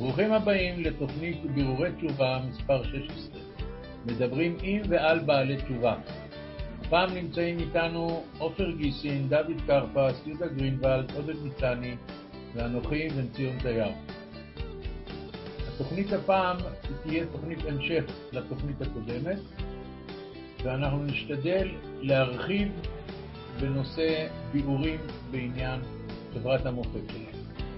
ברוכים הבאים לתוכנית בירורי תשובה מספר 16. מדברים עם ועל בעלי תשובה. הפעם נמצאים איתנו עופר גיסין, דוד קרפס, יהודה גרינוולד, עודד ניצני ואנוכי בן ציון דייר. התוכנית הפעם תהיה תוכנית המשך לתוכנית הקודמת, ואנחנו נשתדל להרחיב בנושא בירורים בעניין חברת המופת שלנו.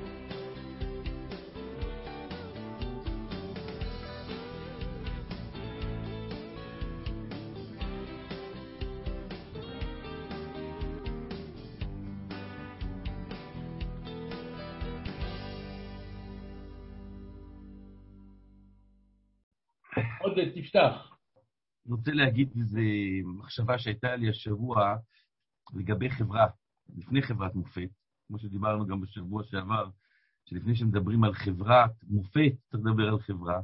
עודד, תפתח. אני רוצה להגיד איזו מחשבה שהייתה לי השבוע לגבי חברה, לפני חברת מופת, כמו שדיברנו גם בשבוע שעבר, שלפני שמדברים על חברת מופת, צריך לדבר על חברה,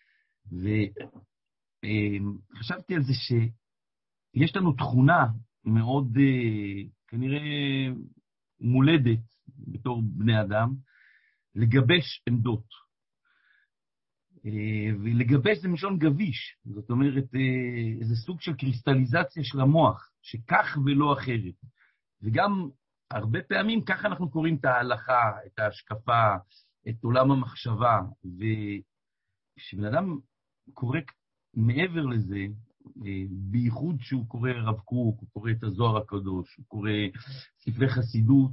וחשבתי על זה שיש לנו תכונה מאוד כנראה מולדת בתור בני אדם, לגבש עמדות. ולגבש זה מלשון גביש, זאת אומרת, איזה סוג של קריסטליזציה של המוח, שכך ולא אחרת. וגם הרבה פעמים ככה אנחנו קוראים את ההלכה, את ההשקפה, את עולם המחשבה, וכשבן אדם קורא מעבר לזה, בייחוד שהוא קורא רב קוק, הוא קורא את הזוהר הקדוש, הוא קורא ספרי חסידות,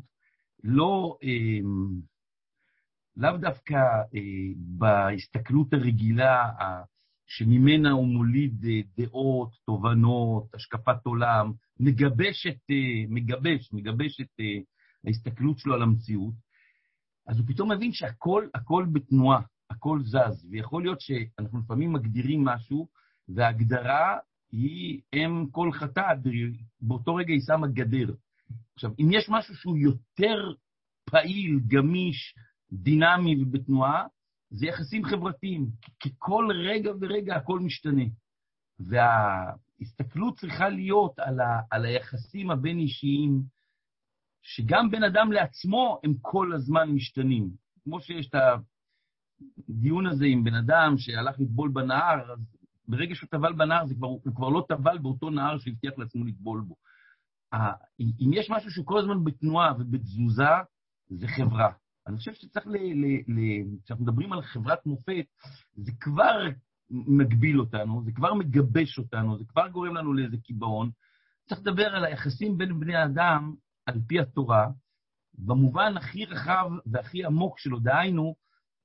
לאו דווקא בהסתכלות הרגילה שממנה הוא מוליד דעות, תובנות, השקפת עולם, מגבש את ההסתכלות שלו על המציאות, אז הוא פתאום מבין שהכל בתנועה, הכל זז, ויכול להיות שאנחנו לפעמים מגדירים משהו, וההגדרה היא כל חטאת, באותו רגע היא שמה גדר. עכשיו, אם יש משהו שהוא יותר פעיל, גמיש, דינמי ובתנועה, זה יחסים חברתיים, כי כל רגע ורגע הכל משתנה. וההסתכלות צריכה להיות על היחסים הבין אישיים, שגם בן אדם לעצמו הם כל הזמן משתנים. כמו שיש את הדיון הזה עם בן אדם שהלך לטבול בנהר, אז ברגע שהוא טבל בנהר, הוא כבר לא טבל באותו נהר שהבטיח לעצמו לטבול בו. אם יש משהו שהוא כל הזמן בתנועה ובתזוזה, זה חברה. אני חושב שצריך, כשאנחנו מדברים על חברת מופת, זה כבר מגביל אותנו, זה כבר מגבש אותנו, זה כבר גורם לנו לאיזה קיבעון. צריך לדבר על היחסים בין בני האדם על פי התורה, במובן הכי רחב והכי עמוק שלו, דהיינו,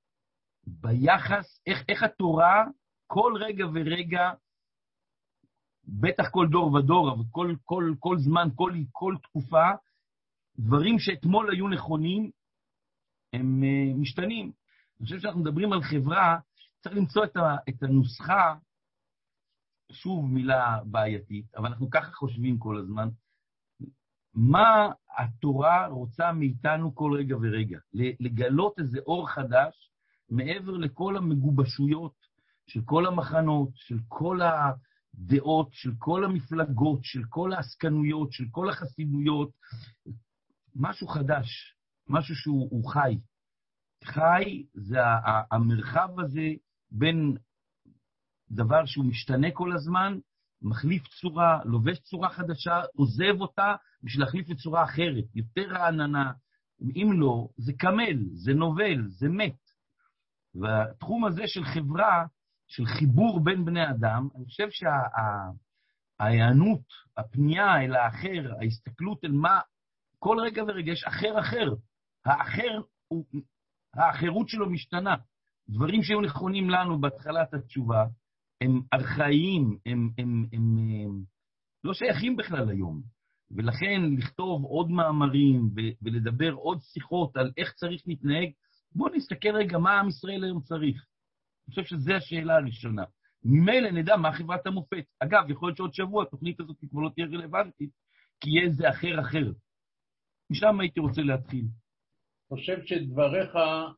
ביחס, איך התורה כל רגע ורגע, בטח כל דור ודור, אבל כל זמן, כל תקופה, דברים שאתמול היו נכונים, הם משתנים. אני חושב שאנחנו מדברים על חברה, צריך למצוא את הנוסחה, שוב מילה בעייתית, אבל אנחנו ככה חושבים כל הזמן, מה התורה רוצה מאיתנו כל רגע ורגע? לגלות איזה אור חדש, מעבר לכל המגובשויות של כל המחנות, של כל הדעות, של כל המפלגות, של כל העסקנויות, של כל החסידויות, משהו חדש. משהו שהוא חי. חי זה המרחב הזה בין דבר שהוא משתנה כל הזמן, מחליף צורה, לובש צורה חדשה, עוזב אותה בשביל להחליף לצורה אחרת, יותר רעננה. אם לא, זה קמל, זה נובל, זה מת. והתחום הזה של חברה, של חיבור בין בני אדם, אני חושב שההיענות, הפנייה אל האחר, ההסתכלות אל מה, כל רגע ורגע יש אחר. האחרות שלו משתנה. דברים שהיו נכונים לנו בהתחלת התשובה, הם ארכאיים, הם לא שייכים בכלל היום. ולכן לכתוב עוד מאמרים ולדבר עוד שיחות על איך צריך להתנהג, בואו נסתכל רגע מה עם ישראל היום צריך. אני חושב שזו השאלה הראשונה. ממילא נדע מה חברת המופת. אגב, יכול להיות שעוד שבוע התוכנית הזאת כבר לא תהיה רלוונטית, כי יהיה איזה אחר. משם הייתי רוצה להתחיל. חושב שדבריך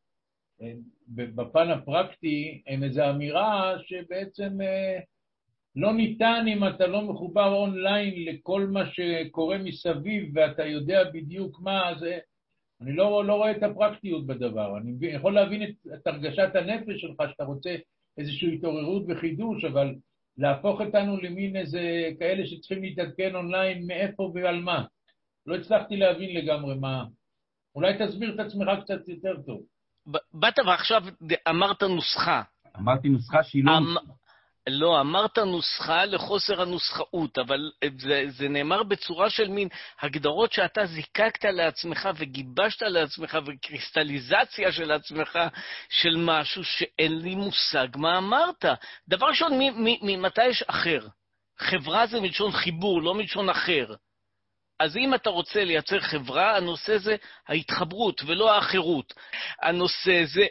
בפן הפרקטי הם איזו אמירה שבעצם לא ניתן אם אתה לא מחובר אונליין לכל מה שקורה מסביב ואתה יודע בדיוק מה זה. אני לא רואה את הפרקטיות בדבר. אני יכול להבין את הרגשת הנפש שלך, שאתה רוצה איזושהי התעוררות וחידוש, אבל להפוך אותנו למין איזה כאלה שצריכים להתעדכן אונליין מאיפה ועל מה. לא הצלחתי להבין לגמרי מה. אולי תסביר את עצמך קצת יותר טוב. באת ועכשיו אמרת נוסחה. אמרתי נוסחה שהיא לא... לא, אמרת נוסחה לחוסר הנוסחאות, אבל זה נאמר בצורה של מין הגדרות שאתה זיקקת לעצמך וגיבשת לעצמך וקריסטליזציה של עצמך של משהו שאין לי מושג מה אמרת. דבר ראשון, ממתי יש אחר? חברה זה מלשון חיבור, לא מלשון אחר. אז אם אתה רוצה לייצר חברה, הנושא זה ההתחברות ולא האחרות. הנושא זה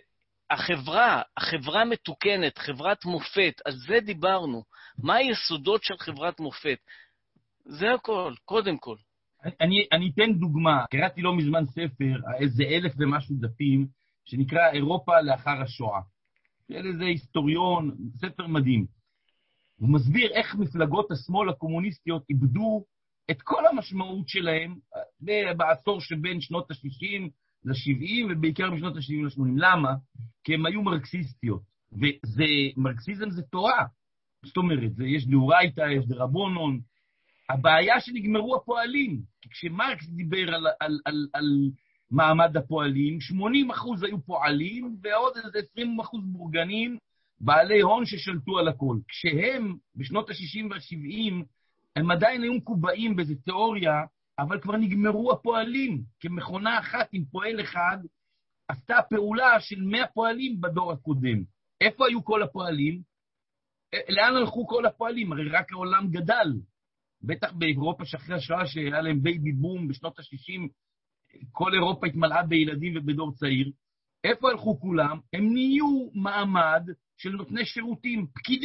החברה מתוקנת, חברת מופת, על זה דיברנו. מה היסודות של חברת מופת? זה הכל, קודם כל. אני אתן דוגמה. קראתי לא מזמן ספר, איזה 1000 ומשהו דפים, שנקרא אירופה לאחר השואה. של איזה היסטוריון, ספר מדהים. הוא מסביר איך מפלגות השמאל הקומוניסטיות איבדו את כל המשמעות שלהם בעשור שבין שנות ה-60 ל-70, ובעיקר בשנות ה-70 ל-80. למה? כי הם היו מרקסיסטיות. מרקסיזם זה תורה. זאת אומרת, יש דאורייתא, יש דרבנן. הבעיה שנגמרו הפועלים. כשמרקס דיבר על מעמד הפועלים, 80% היו פועלים, ועוד איזה 20% בורגנים, בעלי הון ששלטו על הכל. כשהם, בשנות ה-60 וה-70, הם עדיין היו מקובעים באיזו תיאוריה, אבל כבר נגמרו הפועלים, כמכונה אחת עם פועל אחד, עשתה פעולה של 100 פועלים בדור הקודם. איפה היו כל הפועלים? לאן הלכו כל הפועלים? הרי רק העולם גדל. בטח באירופה שאחרי השואה שהיה להם בייבי בום בשנות ה-60, כל אירופה התמלאה בילדים ובדור צעיר. איפה הלכו כולם? הם נהיו מעמד של נותני שירותים,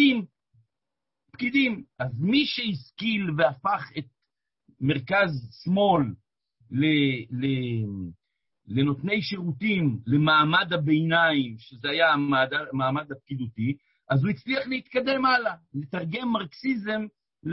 פקידים. אז מי שהשכיל והפך את מרכז שמאל לנותני שירותים, למעמד הביניים, שזה היה המעמד הפקידותי, אז הוא הצליח להתקדם הלאה, לתרגם מרקסיזם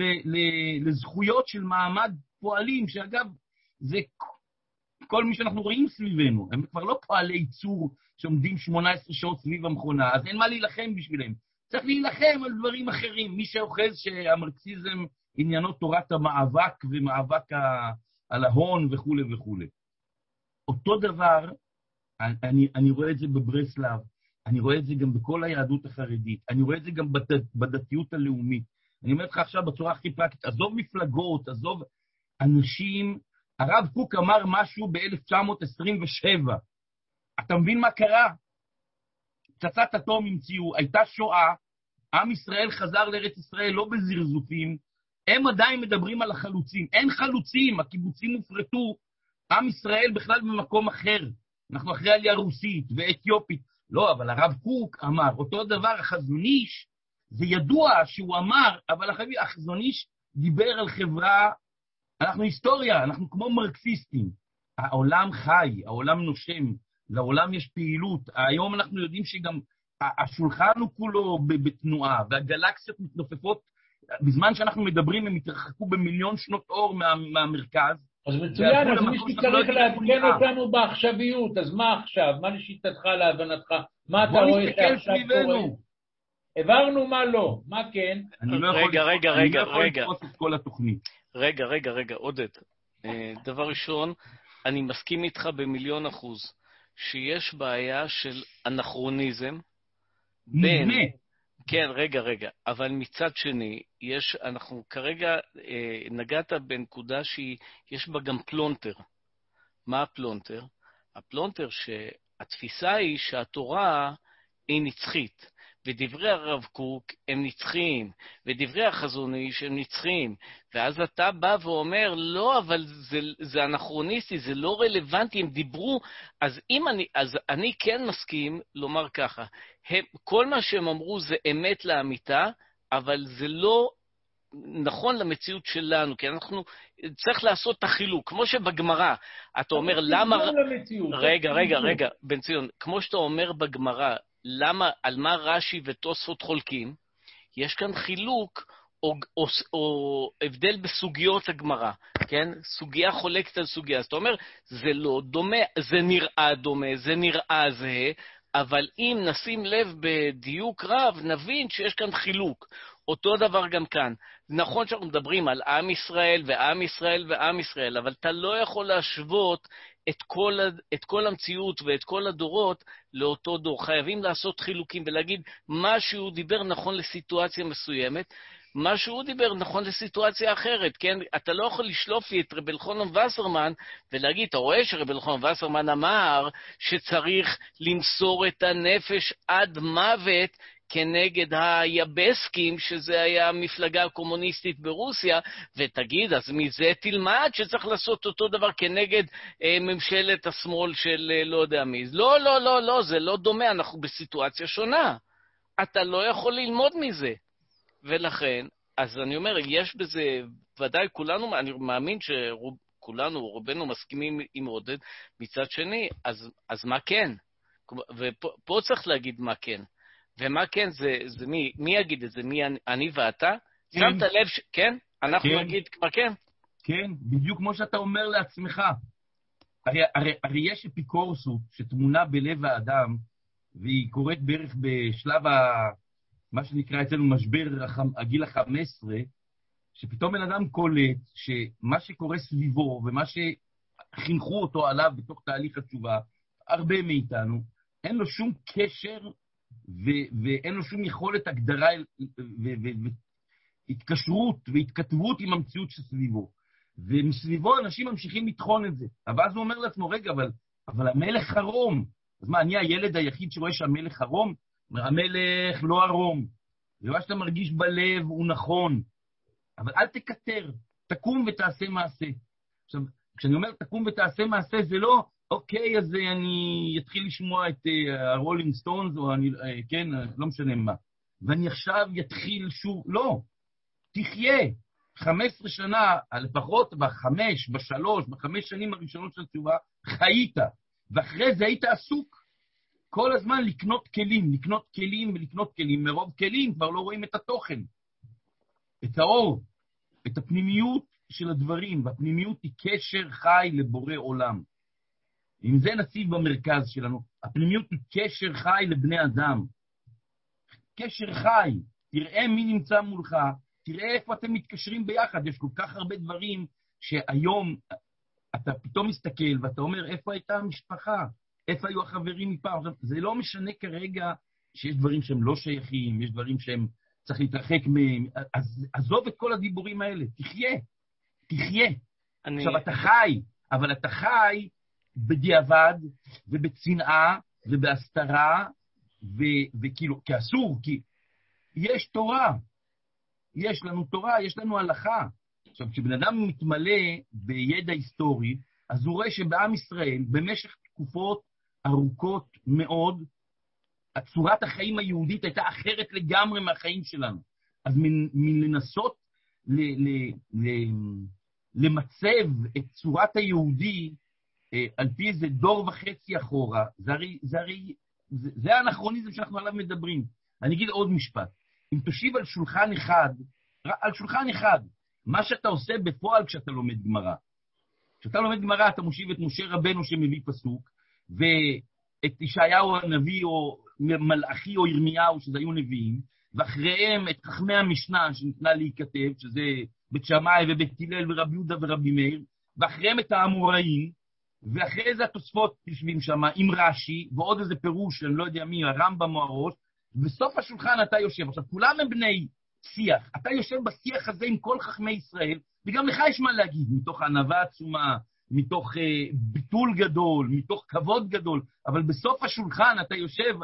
לזכויות של מעמד פועלים, שאגב, זה כל מי שאנחנו רואים סביבנו, הם כבר לא פועלי ייצור שעומדים 18 שעות סביב המכונה, אז אין מה להילחם בשבילם. צריך להילחם על דברים אחרים. מי שאוחז שהמרקסיזם עניינו תורת המאבק ומאבק על ההון וכו' וכו'. אותו דבר, אני רואה את זה בברסלב, אני רואה את זה גם בכל היהדות החרדית, אני רואה את זה גם בדתיות הלאומית. אני אומר לך עכשיו בצורה הכי פרקטית, עזוב מפלגות, עזוב אנשים. הרב קוק אמר משהו ב-1927. אתה מבין מה קרה? פצצת אטום המציאו, הייתה שואה, עם ישראל חזר לארץ ישראל לא בזרזופים, הם עדיין מדברים על החלוצים. אין חלוצים, הקיבוצים הופרטו, עם ישראל בכלל במקום אחר. אנחנו אחרי עלייה רוסית ואתיופית. לא, אבל הרב קוק אמר, אותו דבר, החזון איש, זה ידוע שהוא אמר, אבל החזון איש דיבר על חברה, אנחנו היסטוריה, אנחנו כמו מרקסיסטים. העולם חי, העולם נושם, לעולם יש פעילות. היום אנחנו יודעים שגם השולחן הוא כולו בתנועה, והגלקסיות מתנופפות, בזמן שאנחנו מדברים הם התרחקו במיליון שנות אור מהמרכז. אז מצוין, אז מי שצריך לעדכן אותנו בעכשוויות, אז מה עכשיו? מה לשיטתך, להבנתך? מה אתה רואה שעכשיו קורה? עברנו מה לא, מה כן? אני לא יכול לתפוס את כל התוכנית. רגע, עודד. דבר ראשון, אני מסכים איתך ב1,000,000%, שיש בעיה של אנכרוניזם. נדמה. כן, רגע. אבל מצד שני, אנחנו כרגע נגעת בנקודה שיש בה גם פלונטר. מה הפלונטר? הפלונטר שהתפיסה היא שהתורה היא נצחית. ודברי הרב קוק הם נצחיים, ודברי החזון איש הם נצחיים. ואז אתה בא ואומר, לא, אבל זה אנכרוניסטי, זה לא רלוונטי, הם דיברו. אז אני כן מסכים לומר ככה, כל מה שהם אמרו זה אמת לאמיתה, אבל זה לא נכון למציאות שלנו, כי אנחנו צריך לעשות את החילוק, כמו שבגמרא, אתה אומר, למה... רגע, בן ציון, כמו שאתה אומר בגמרא, למה, על מה רש"י ותוספות חולקים? יש כאן חילוק או הבדל בסוגיות הגמרא, כן? סוגיה חולקת על סוגיה. אז אתה אומר, זה לא דומה, זה נראה דומה, זה נראה זהה, אבל אם נשים לב בדיוק רב, נבין שיש כאן חילוק. אותו דבר גם כאן. נכון שאנחנו מדברים על עם ישראל ועם ישראל ועם ישראל, אבל אתה לא יכול להשוות את כל המציאות ואת כל הדורות לאותו דור. חייבים לעשות חילוקים ולהגיד מה שהוא דיבר נכון לסיטואציה מסוימת, מה שהוא דיבר נכון לסיטואציה אחרת, כן? אתה לא יכול לשלוף לי את רבי אלחנן וסרמן ולהגיד, אתה רואה שרבי אלחנן וסרמן אמר שצריך למסור את הנפש עד מוות כנגד היבסקים, שזה היה המפלגה הקומוניסטית ברוסיה, ותגיד, אז מזה תלמד שצריך לעשות אותו דבר כנגד ממשלת השמאל של לא יודע מי. לא, לא, לא, לא, זה לא דומה, אנחנו בסיטואציה שונה. אתה לא יכול ללמוד מזה. ולכן, אז אני אומר, יש בזה, ודאי כולנו, אני מאמין שכולנו, רובנו מסכימים עם עודד, מצד שני, אז מה כן? ופה צריך להגיד מה כן. ומה כן, זה מי יגיד את זה? מי אני ואתה? כן. שמת לב כן? אנחנו כן. נגיד מה כן? כן, בדיוק כמו שאתה אומר לעצמך. הרי יש אפיקורסות שתמונה בלב האדם, והיא קורית בערך בשלב מה שנקרא אצלנו משבר הגיל ה-15, שפתאום בן אדם קולט שמה שקורה סביבו, ומה שחינכו אותו עליו בתוך תהליך התשובה, הרבה מאיתנו, אין לו שום קשר, ואין לו שום יכולת הגדרה, והתקשרות והתכתבות עם המציאות שסביבו. ומסביבו אנשים ממשיכים לטחון את זה. ואז הוא אומר לעצמו, רגע, אבל המלך ערום. אז מה, אני הילד היחיד שרואה שהמלך ערום? המלך לא ערום. ומה שאתה מרגיש בלב הוא נכון. אבל אל תקטר, תקום ותעשה מעשה. עכשיו, כשאני אומר תקום ותעשה מעשה, זה לא, אוקיי, אז אני אתחיל לשמוע את הרולינג סטונס, או אני, כן, לא משנה מה. ואני עכשיו יתחיל שוב, לא. תחיה 15 שנה, לפחות בחמש שנים הראשונות של התשובה, חיית. ואחרי זה היית עסוק כל הזמן לקנות כלים, מרוב כלים כבר לא רואים את התוכן, את האור, את הפנימיות של הדברים, והפנימיות היא קשר חי לבורא עולם. אם זה נציב במרכז שלנו, הפנימיות היא קשר חי לבני אדם. קשר חי, תראה מי נמצא מולך, תראה איפה אתם מתקשרים ביחד, יש כל כך הרבה דברים שהיום אתה פתאום מסתכל ואתה אומר, איפה הייתה המשפחה? איפה היו החברים מפעם? עכשיו, זה לא משנה כרגע שיש דברים שהם לא שייכים, יש דברים שהם צריך להתרחק מהם, אז עזוב את כל הדיבורים האלה, תחיה. עכשיו, אתה חי, אבל אתה חי בדיעבד ובצנעה ובהסתרה, וכאילו, כאסור, כי יש תורה, יש לנו תורה, יש לנו הלכה. עכשיו, כשבן אדם מתמלא בידע היסטורי, אז הוא רואה שבעם ישראל, במשך תקופות ארוכות מאוד, צורת החיים היהודית הייתה אחרת לגמרי מהחיים שלנו. אז מלנסות למצב את צורת היהודי על פי איזה דור וחצי אחורה, זה האנכרוניזם שאנחנו עליו מדברים. אני אגיד עוד משפט. אם תושיב על שולחן אחד, מה שאתה עושה בפועל כשאתה לומד גמרא. כשאתה לומד גמרא, אתה מושיב את משה רבנו שמביא פסוק, ואת ישעיהו הנביא, או מלאכי או ירמיהו, שזה היו נביאים, ואחריהם את חכמי המשנה שניתנה להיכתב, שזה בית שמאי ובית הלל ורבי יהודה ורבי מאיר, ואחריהם את האמוראים, ואחרי זה התוספות יושבים שם עם רש"י, ועוד איזה פירוש, אני לא יודע מי, הרמב"ם או הראש, ובסוף השולחן אתה יושב. עכשיו, כולם הם בני שיח. אתה יושב בשיח הזה עם כל חכמי ישראל, וגם לך יש מה להגיד, מתוך ענווה עצומה, מתוך ביטול גדול, מתוך כבוד גדול, אבל בסוף השולחן אתה יושב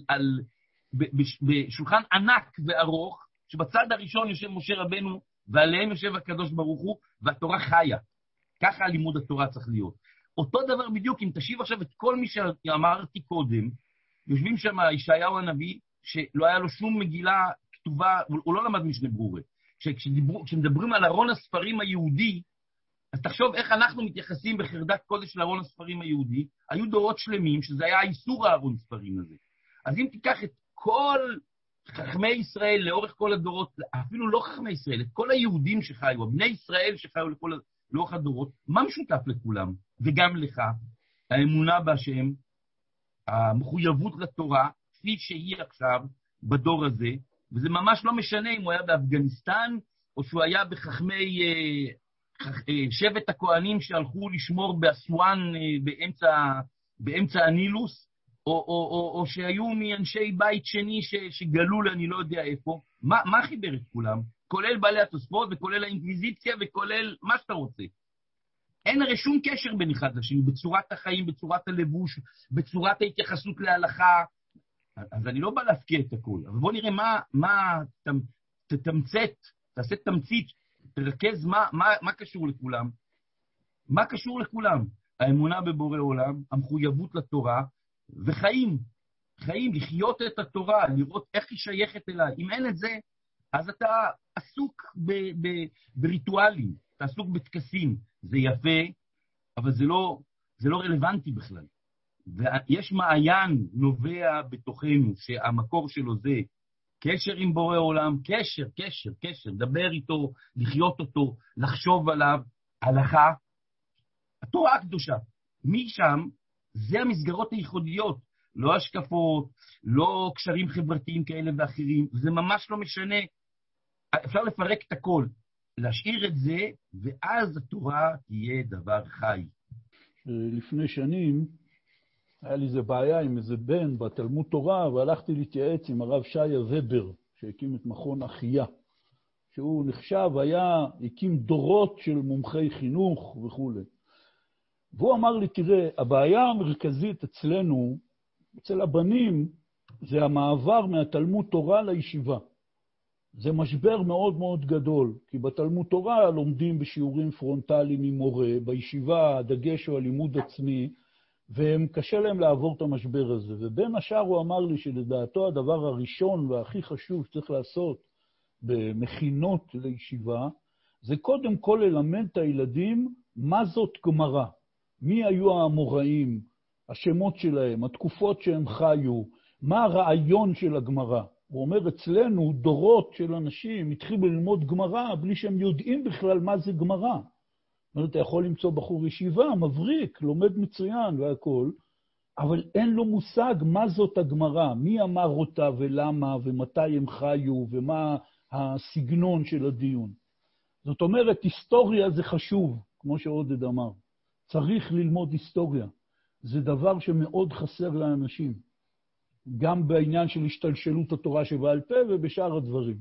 בשולחן ענק וארוך, שבצד הראשון יושב משה רבנו, ועליהם יושב הקדוש ברוך הוא, והתורה חיה. ככה הלימוד התורה צריך להיות. אותו דבר בדיוק, אם תשיב עכשיו את כל מי שאמרתי קודם, יושבים שם ישעיהו הנביא, שלא היה לו שום מגילה כתובה, הוא לא למד משנה ברורה. כשמדברים על ארון הספרים היהודי, אז תחשוב איך אנחנו מתייחסים בחרדת קודש לארון הספרים היהודי, היו דורות שלמים שזה היה איסור הארון ספרים הזה. אז אם תיקח את כל חכמי ישראל לאורך כל הדורות, אפילו לא חכמי ישראל, את כל היהודים שחיו, בני ישראל שחיו לאורך הדורות, מה משותף לכולם? וגם לך, האמונה בהשם, המחויבות לתורה, כפי שהיא עכשיו בדור הזה, וזה ממש לא משנה אם הוא היה באפגניסטן, או שהוא היה בחכמי שבט הכהנים שהלכו לשמור באסואן באמצע הנילוס, או שהיו מאנשי בית שני שגלו אני לא יודע איפה. מה חיבר את כולם? כולל בעלי התוספות וכולל האינקוויזיציה וכולל מה שאתה רוצה. אין הרי שום קשר בין אחד לשני, בצורת החיים, בצורת הלבוש, בצורת ההתייחסות להלכה. אז אני לא בא להפקיע את הכל, אבל בוא נראה מה תתמצת, תעשה תמצית, תרכז מה קשור לכולם. מה קשור לכולם? האמונה בבורא עולם, המחויבות לתורה, וחיים, לחיות את התורה, לראות איך היא שייכת אליי. אם אין את זה, אז אתה עסוק בריטואלים, אתה עסוק בטקסים. זה יפה, אבל זה לא רלוונטי בכלל. ויש מעיין נובע בתוכנו, שהמקור שלו זה קשר עם בורא עולם, קשר, דבר איתו, לחיות אותו, לחשוב עליו, הלכה, התורה הקדושה. משם, זה המסגרות הייחודיות, לא השקפות, לא קשרים חברתיים כאלה ואחרים, זה ממש לא משנה, אפשר לפרק את הכל, להשאיר את זה, ואז התורה תהיה דבר חי. לפני שנים, היה לי איזה בעיה עם איזה בן בתלמוד תורה, והלכתי להתייעץ עם הרב שיה ובר, שהקים את מכון אחיה, שהוא נחשב, הקים דורות של מומחי חינוך וכו'. והוא אמר לי, תראה, הבעיה המרכזית אצלנו, אצל הבנים, זה המעבר מהתלמוד תורה לישיבה. זה משבר מאוד מאוד גדול, כי בתלמוד תורה לומדים בשיעורים פרונטליים עם מורה, בישיבה הדגש הוא על לימוד עצמי, והם קשה להם לעבור את המשבר הזה. ובין השאר הוא אמר לי שלדעתו הדבר הראשון והכי חשוב שצריך לעשות במכינות לישיבה, זה קודם כל ללמד את הילדים מה זאת גמרא. מי היו האמוראים, השמות שלהם, התקופות שהם חיו, מה הרעיון של הגמרא. הוא אומר, אצלנו דורות של אנשים התחילו ללמוד גמרא בלי שהם יודעים בכלל מה זה גמרא. זאת אומרת, אתה יכול למצוא בחור ישיבה, מבריק, לומד מצוין והכל, אבל אין לו מושג מה זאת הגמרא, מי אמר אותה ולמה ומתי הם חיו ומה הסגנון של הדיון. זאת אומרת, היסטוריה זה חשוב, כמו שעודד אמר. צריך ללמוד היסטוריה. זה דבר שמאוד חסר לאנשים. גם בעניין של השתלשלות התורה שבעל פה ובשאר הדברים.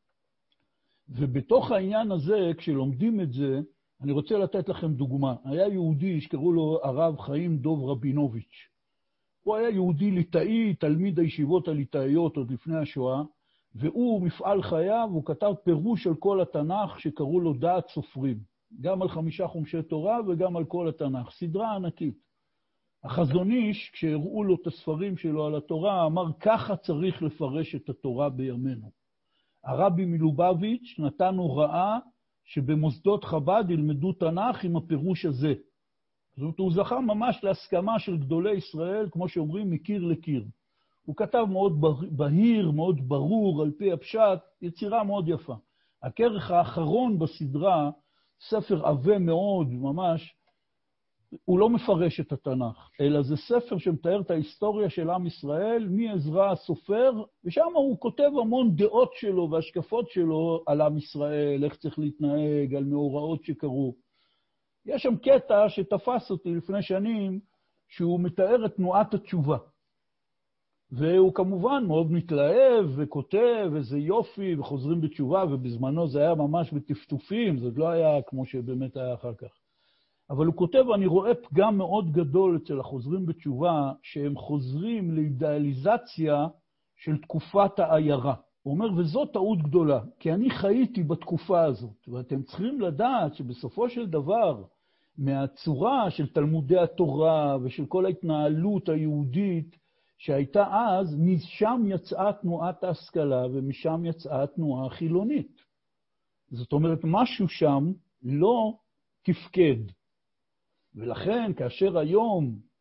ובתוך העניין הזה, כשלומדים את זה, אני רוצה לתת לכם דוגמה. היה יהודי שקראו לו הרב חיים דוב רבינוביץ'. הוא היה יהודי ליטאי, תלמיד הישיבות הליטאיות עוד לפני השואה, והוא מפעל חייו, הוא כתב פירוש על כל התנ"ך שקראו לו דעת סופרים. גם על 5 חומשי תורה וגם על כל התנ"ך. סדרה ענקית. החזון איש, כשהראו לו את הספרים שלו על התורה, אמר, ככה צריך לפרש את התורה בימינו. הרבי מלובביץ' נתן הוראה שבמוסדות חב"ד ילמדו תנ"ך עם הפירוש הזה. זאת אומרת, הוא זכה ממש להסכמה של גדולי ישראל, כמו שאומרים, מקיר לקיר. הוא כתב מאוד בהיר, מאוד ברור, על פי הפשט, יצירה מאוד יפה. הכרך האחרון בסדרה, ספר עבה מאוד, ממש, הוא לא מפרש את התנ"ך, אלא זה ספר שמתאר את ההיסטוריה של עם ישראל, מעזרא הסופר, ושם הוא כותב המון דעות שלו והשקפות שלו על עם ישראל, איך צריך להתנהג, על מאורעות שקרו. יש שם קטע שתפס אותי לפני שנים, שהוא מתאר את תנועת התשובה. והוא כמובן מאוד מתלהב וכותב, איזה יופי, וחוזרים בתשובה, ובזמנו זה היה ממש בטפטופים, זה לא היה כמו שבאמת היה אחר כך. אבל הוא כותב, אני רואה פגם מאוד גדול אצל החוזרים בתשובה, שהם חוזרים לאידאליזציה של תקופת העיירה. הוא אומר, וזו טעות גדולה, כי אני חייתי בתקופה הזאת, ואתם צריכים לדעת שבסופו של דבר, מהצורה של תלמודי התורה ושל כל ההתנהלות היהודית שהייתה אז, משם יצאה תנועת ההשכלה ומשם יצאה התנועה החילונית. זאת אומרת, משהו שם לא תפקד. ולכן, כאשר היום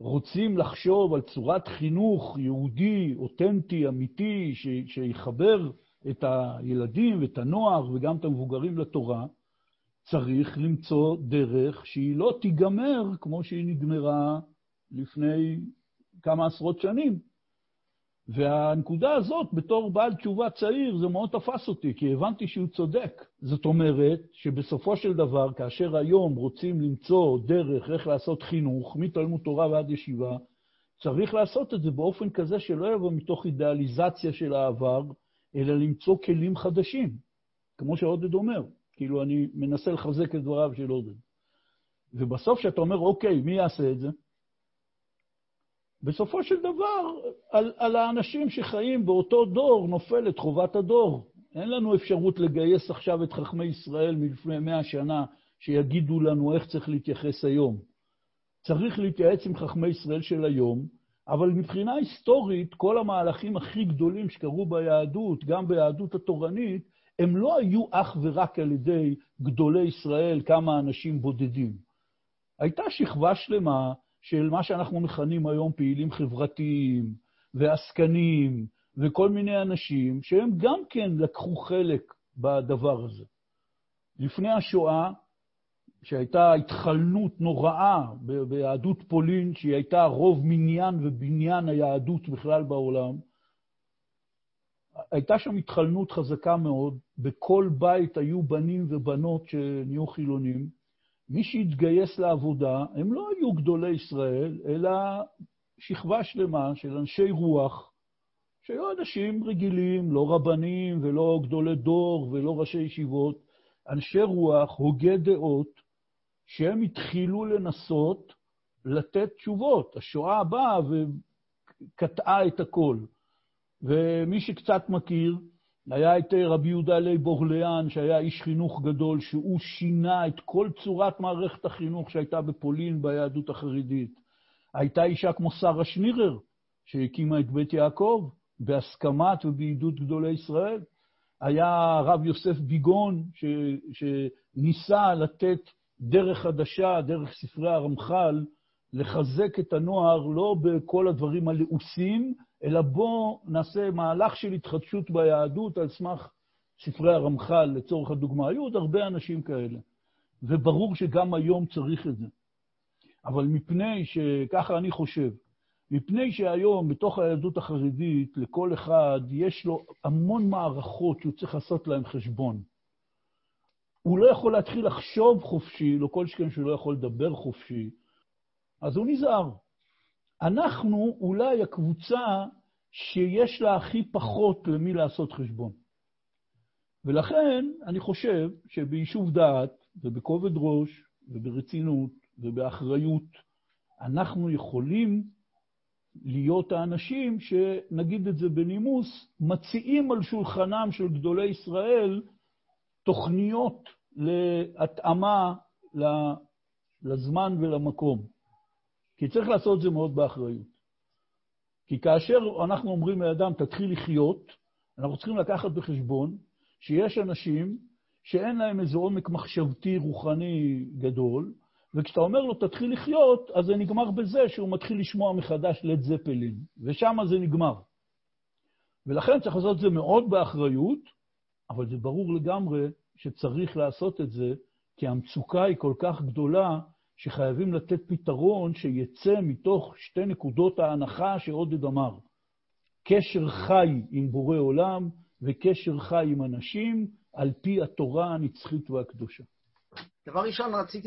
רוצים לחשוב על צורת חינוך יהודי, אותנטי, אמיתי, שיחבר את הילדים ואת הנוער וגם את המבוגרים לתורה, צריך למצוא דרך שהיא לא תיגמר כמו שהיא נגמרה לפני כמה עשרות שנים. והנקודה הזאת, בתור בעל תשובה צעיר, זה מאוד תפס אותי, כי הבנתי שהוא צודק. זאת אומרת שבסופו של דבר, כאשר היום רוצים למצוא דרך איך לעשות חינוך, מתלמוד תורה ועד ישיבה, צריך לעשות את זה באופן כזה שלא יבוא מתוך אידיאליזציה של העבר, אלא למצוא כלים חדשים, כמו שעודד אומר. כאילו אני מנסה לחזק את דבריו של עודד. ובסוף שאתה אומר, אוקיי, מי יעשה את זה? בסופו של דבר, על האנשים שחיים באותו דור נופלת חובת הדור. אין לנו אפשרות לגייס עכשיו את חכמי ישראל מלפני 100 שנה שיגידו לנו איך צריך להתייחס היום. צריך להתייעץ עם חכמי ישראל של היום, אבל מבחינה היסטורית, כל המהלכים הכי גדולים שקרו ביהדות, גם ביהדות התורנית, הם לא היו אך ורק על ידי גדולי ישראל, כמה אנשים בודדים. הייתה שכבה שלמה של מה שאנחנו מכנים היום פעילים חברתיים ועסקנים וכל מיני אנשים שהם גם כן לקחו חלק בדבר הזה. לפני השואה, שהייתה התחלנות נוראה ביהדות פולין, שהיא הייתה רוב מניין ובניין היהדות בכלל בעולם, הייתה שם התחלנות חזקה מאוד, בכל בית היו בנים ובנות שנהיו חילונים, מי שהתגייס לעבודה, הם לא היו גדולי ישראל, אלא שכבה שלמה של אנשי רוח, שהיו אנשים רגילים, לא רבנים ולא גדולי דור ולא ראשי ישיבות, אנשי רוח, הוגי דעות, שהם התחילו לנסות לתת תשובות. השואה באה וקטעה את הכל. ומי שקצת מכיר, היה את רבי יהודה לייב אורליאן, שהיה איש חינוך גדול, שהוא שינה את כל צורת מערכת החינוך שהייתה בפולין ביהדות החרדית. הייתה אישה כמו שרה שנירר, שהקימה את בית יעקב, בהסכמת ובעידוד גדולי ישראל. היה רב יוסף ביגון, שניסה לתת דרך חדשה, דרך ספרי הרמח"ל, לחזק את הנוער, לא בכל הדברים הלעוסים, אלא בוא נעשה מהלך של התחדשות ביהדות על סמך ספרי הרמח"ל, לצורך הדוגמה. היו עוד הרבה אנשים כאלה, וברור שגם היום צריך את זה. אבל מפני שככה אני חושב, מפני שהיום בתוך היהדות החרדית, לכל אחד יש לו המון מערכות שהוא צריך לעשות להם חשבון. הוא לא יכול להתחיל לחשוב חופשי, לא כל שכן שהוא לא יכול לדבר חופשי, אז הוא נזהר. אנחנו אולי הקבוצה שיש לה הכי פחות למי לעשות חשבון. ולכן אני חושב שביישוב דעת ובכובד ראש וברצינות ובאחריות, אנחנו יכולים להיות האנשים שנגיד את זה בנימוס, מציעים על שולחנם של גדולי ישראל תוכניות להתאמה לזמן ולמקום. כי צריך לעשות את זה מאוד באחריות. כי כאשר אנחנו אומרים לאדם, תתחיל לחיות, אנחנו צריכים לקחת בחשבון שיש אנשים שאין להם איזה עומק מחשבתי רוחני גדול, וכשאתה אומר לו, תתחיל לחיות, אז זה נגמר בזה שהוא מתחיל לשמוע מחדש לד זפלין, ושם זה נגמר. ולכן צריך לעשות את זה מאוד באחריות, אבל זה ברור לגמרי שצריך לעשות את זה, כי המצוקה היא כל כך גדולה, שחייבים לתת פתרון שיצא מתוך שתי נקודות ההנחה שעודד אמר. קשר חי עם בורא עולם, וקשר חי עם אנשים, על פי התורה הנצחית והקדושה. דבר ראשון, רציתי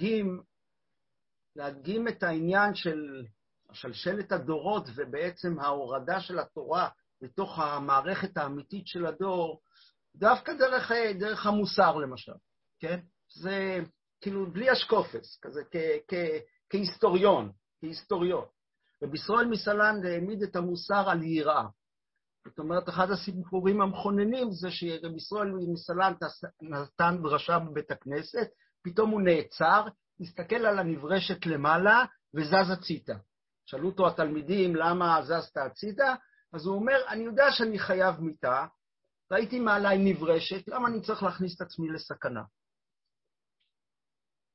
להדגים את העניין של שלשלת הדורות, ובעצם ההורדה של התורה לתוך המערכת האמיתית של הדור, דווקא דרך המוסר למשל, כן? זה כאילו בלי השקופס, כזה כהיסטוריון. רבי ישראל מסלנט העמיד את המוסר על יראה. זאת אומרת, אחד הסיפורים המכוננים זה שרבי ישראל מסלנט נתן דרשה בבית הכנסת, פתאום הוא נעצר, הסתכל על הנברשת למעלה וזז הצידה. שאלו אותו התלמידים למה זזת הצידה, אז הוא אומר, אני יודע שאני חייב מיטה, ראיתי מעליי נברשת, למה אני צריך להכניס את עצמי לסכנה? בסדר,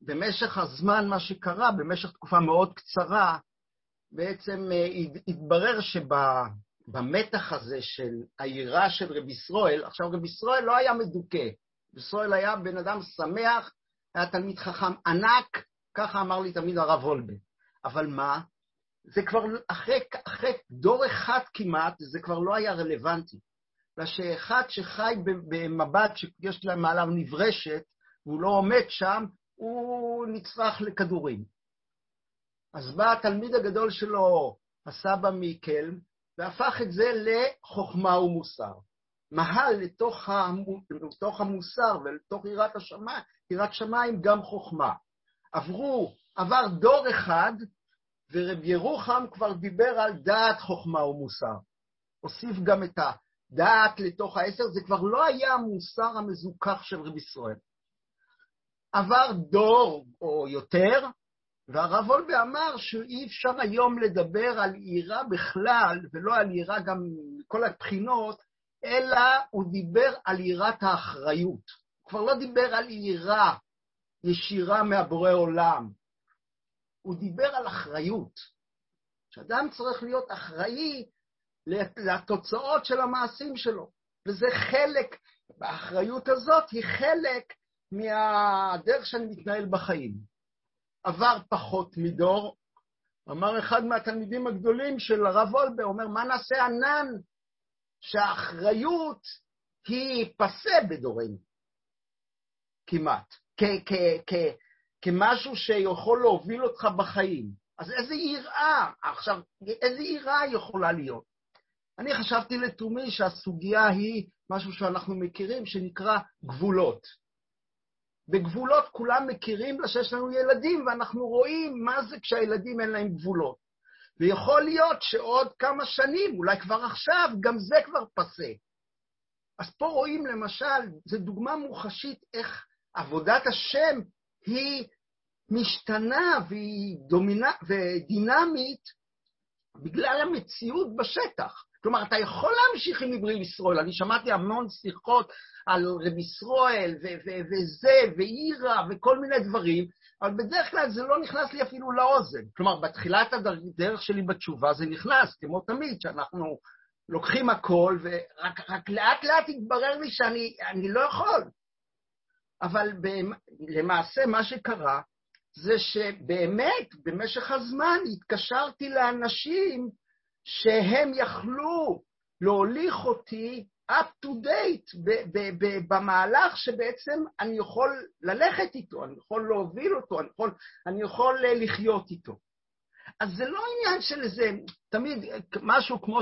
במשך הזמן, מה שקרה, במשך תקופה מאוד קצרה, בעצם התברר שבמתח הזה של העירה של רבי ישראל, עכשיו רבי ישראל לא היה מדוכא, רבי ישראל היה בן אדם שמח, היה תלמיד חכם ענק, ככה אמר לי תמיד הרב וולבה. אבל מה? זה כבר אחרי דור אחד כמעט, זה כבר לא היה רלוונטי. ושאחד שחי במבט שיש לה מעליו נברשת, והוא לא עומד שם, הוא נצרך לכדורים. אז בא התלמיד הגדול שלו, הסבא מיקל, והפך את זה לחוכמה ומוסר. מהל לתוך המוסר ולתוך יראת שמיים גם חוכמה. עבר דור אחד, ורב ירוחם כבר דיבר על דעת חוכמה ומוסר. הוסיף גם את הדעת לתוך העשר, זה כבר לא היה המוסר המזוכח של רב ישראל. עבר דור או יותר, והרב וולבה אמר שאי אפשר היום לדבר על עירה בכלל, ולא על עירה גם מכל הבחינות, אלא הוא דיבר על עירת האחריות. הוא כבר לא דיבר על עירה ישירה מהבורא עולם. הוא דיבר על אחריות. שאדם צריך להיות אחראי לתוצאות של המעשים שלו. וזה חלק, האחריות הזאת היא חלק מהדרך שאני מתנהל בחיים. עבר פחות מדור, אמר אחד מהתלמידים הגדולים של הרב וולבה, אומר, מה נעשה ענן שהאחריות היא פסה בדורנו, כמעט, כמשהו שיכול להוביל אותך בחיים. אז איזה יראה, עכשיו, איזה יראה יכולה להיות? אני חשבתי לתומי שהסוגיה היא משהו שאנחנו מכירים, שנקרא גבולות. בגבולות כולם מכירים שיש לנו ילדים, ואנחנו רואים מה זה כשהילדים אין להם גבולות. ויכול להיות שעוד כמה שנים, אולי כבר עכשיו, גם זה כבר פסה. אז פה רואים למשל, זו דוגמה מוחשית איך עבודת השם היא משתנה והיא ודינמית בגלל המציאות בשטח. כלומר, אתה יכול להמשיך עם עברי ישראל. אני שמעתי המון שיחות על רבי ישראל וזה ועירה וכל מיני דברים, אבל בדרך כלל זה לא נכנס לי אפילו לאוזן. כלומר, בתחילת הדרך שלי בתשובה זה נכנס, כמו תמיד, שאנחנו לוקחים הכל, ורק לאט לאט התברר לי שאני לא יכול. אבל למעשה מה שקרה, זה שבאמת במשך הזמן התקשרתי לאנשים שהם יכלו להוליך אותי up to date במהלך שבעצם אני יכול ללכת איתו, אני יכול להוביל אותו, אני יכול לחיות איתו. אז זה לא עניין של איזה, תמיד משהו כמו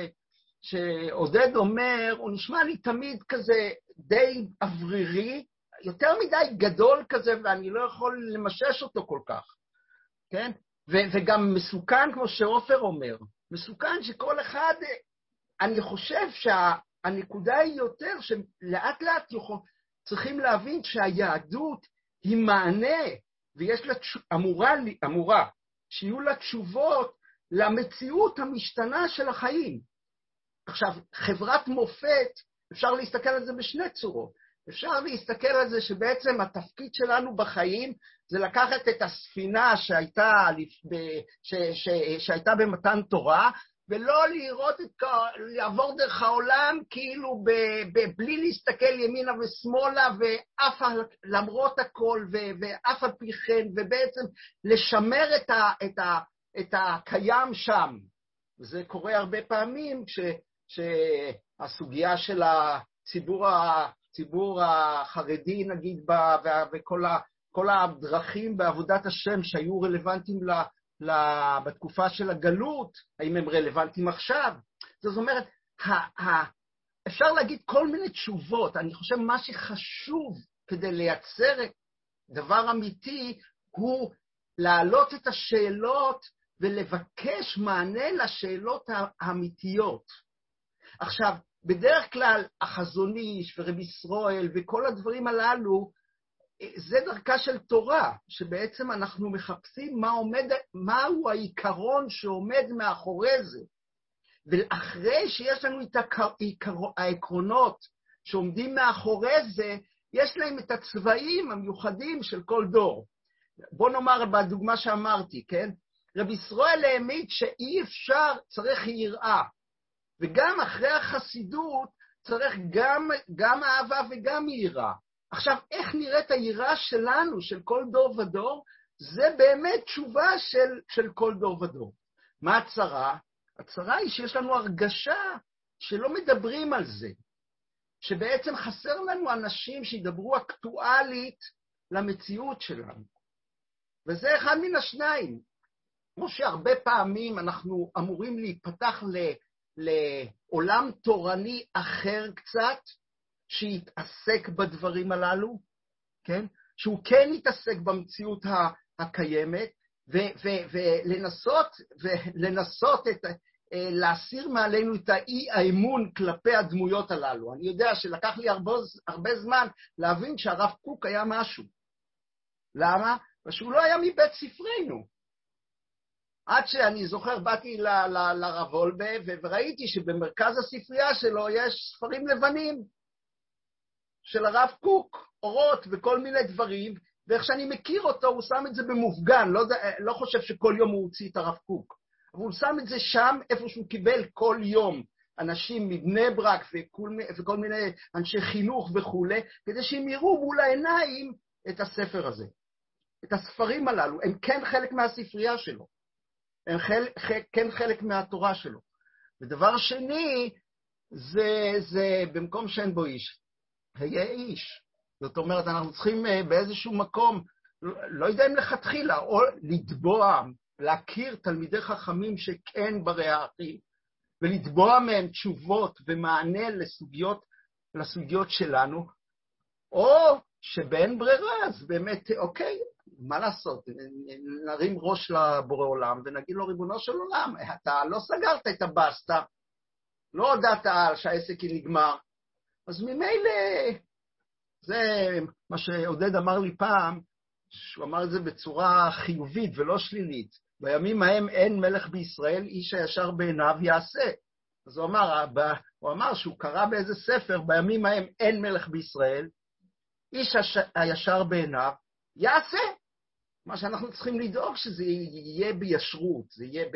שעודד אומר, הוא נשמע לי תמיד כזה די אוורירי, יותר מדי גדול כזה, ואני לא יכול למשש אותו כל כך, כן? וגם מסוכן, כמו שעופר אומר, מסוכן שכל אחד, אני חושב שהנקודה היא יותר, שלאט לאט צריכים להבין שהיהדות היא מענה, ויש לה, אמורה, שיהיו לה תשובות למציאות המשתנה של החיים. עכשיו, חברת מופת, אפשר להסתכל על זה בשני צורות. אפשר להסתכל על זה שבעצם התפקיד שלנו בחיים זה לקחת את הספינה שהייתה במתן תורה, ולא לעבור דרך העולם כאילו בלי להסתכל ימינה ושמאלה, למרות הכל ואף על פי כן, ובעצם לשמר את הקיים שם. וזה קורה הרבה פעמים שהסוגיה של הציבור החרדי, נגיד, וכל הדרכים בעבודת השם שהיו רלוונטיים בתקופה של הגלות, האם הם רלוונטיים עכשיו? זאת אומרת, אפשר להגיד כל מיני תשובות. אני חושב מה שחשוב כדי לייצר דבר אמיתי, הוא להעלות את השאלות ולבקש מענה לשאלות האמיתיות. עכשיו, בדרך כלל החזון איש ורבי ישראל וכל הדברים הללו, זה דרכה של תורה, שבעצם אנחנו מחפשים מהו העיקרון שעומד מאחורי זה. ואחרי שיש לנו את העקרונות שעומדים מאחורי זה, יש להם את הצבעים המיוחדים של כל דור. בוא נאמר בדוגמה שאמרתי, כן? רבי ישראל העמיד שאי אפשר, צריך יראה. וגם אחרי החסידות צריך גם אהבה וגם יראה. עכשיו, איך נראית היראה שלנו, של כל דור ודור? זה באמת תשובה של כל דור ודור. מה הצרה? הצרה היא שיש לנו הרגשה שלא מדברים על זה. שבעצם חסר לנו אנשים שידברו אקטואלית למציאות שלנו. וזה אחד מן השניים. כמו שהרבה פעמים אנחנו אמורים להיפתח לעולם תורני אחר קצת, שיתעסק בדברים הללו, כן? שהוא כן יתעסק במציאות הקיימת, ולנסות להסיר מעלינו את האי-האמון כלפי הדמויות הללו. אני יודע שלקח לי הרבה זמן להבין שהרב קוק היה משהו. למה? שהוא לא היה מבית ספרנו. עד שאני זוכר, באתי לרב וולבה, וראיתי שבמרכז הספרייה שלו יש ספרים לבנים של הרב קוק, אורות וכל מיני דברים, ואיך שאני מכיר אותו, הוא שם את זה במופגן, לא חושב שכל יום הוא הוציא את הרב קוק, אבל הוא שם את זה שם, איפה שהוא קיבל כל יום אנשים מבני ברק וכל מיני אנשי חינוך וכו', כדי שהם יראו מול העיניים את הספר הזה. את הספרים הללו, הם כן חלק מהספרייה שלו, הם כן חלק מהתורה שלו. ודבר שני, זה במקום שאין בו איש, היה איש. זאת אומרת, אנחנו צריכים באיזשהו מקום, לא יודע אם לכתחילה, או לתבוע, להכיר תלמידי חכמים שכן ברי האחים, ולתבוע מהם תשובות ומענה לסוגיות שלנו, או שבאין ברירה, אז באמת, אוקיי, מה לעשות? נרים ראש לבורא עולם ונגיד לו, ריבונו של עולם, אתה לא סגרת את הבסטה, לא הודעת שהעסק נגמר, אז ממילא, זה מה שעודד אמר לי פעם, שהוא אמר את זה בצורה חיובית ולא שלילית, בימים ההם אין מלך בישראל, איש הישר בעיניו יעשה. אז הוא אמר שהוא קרא באיזה ספר, בימים ההם אין מלך בישראל, איש הישר בעיניו יעשה. מה שאנחנו צריכים לדאוג שזה יהיה בישרות, זה יהיה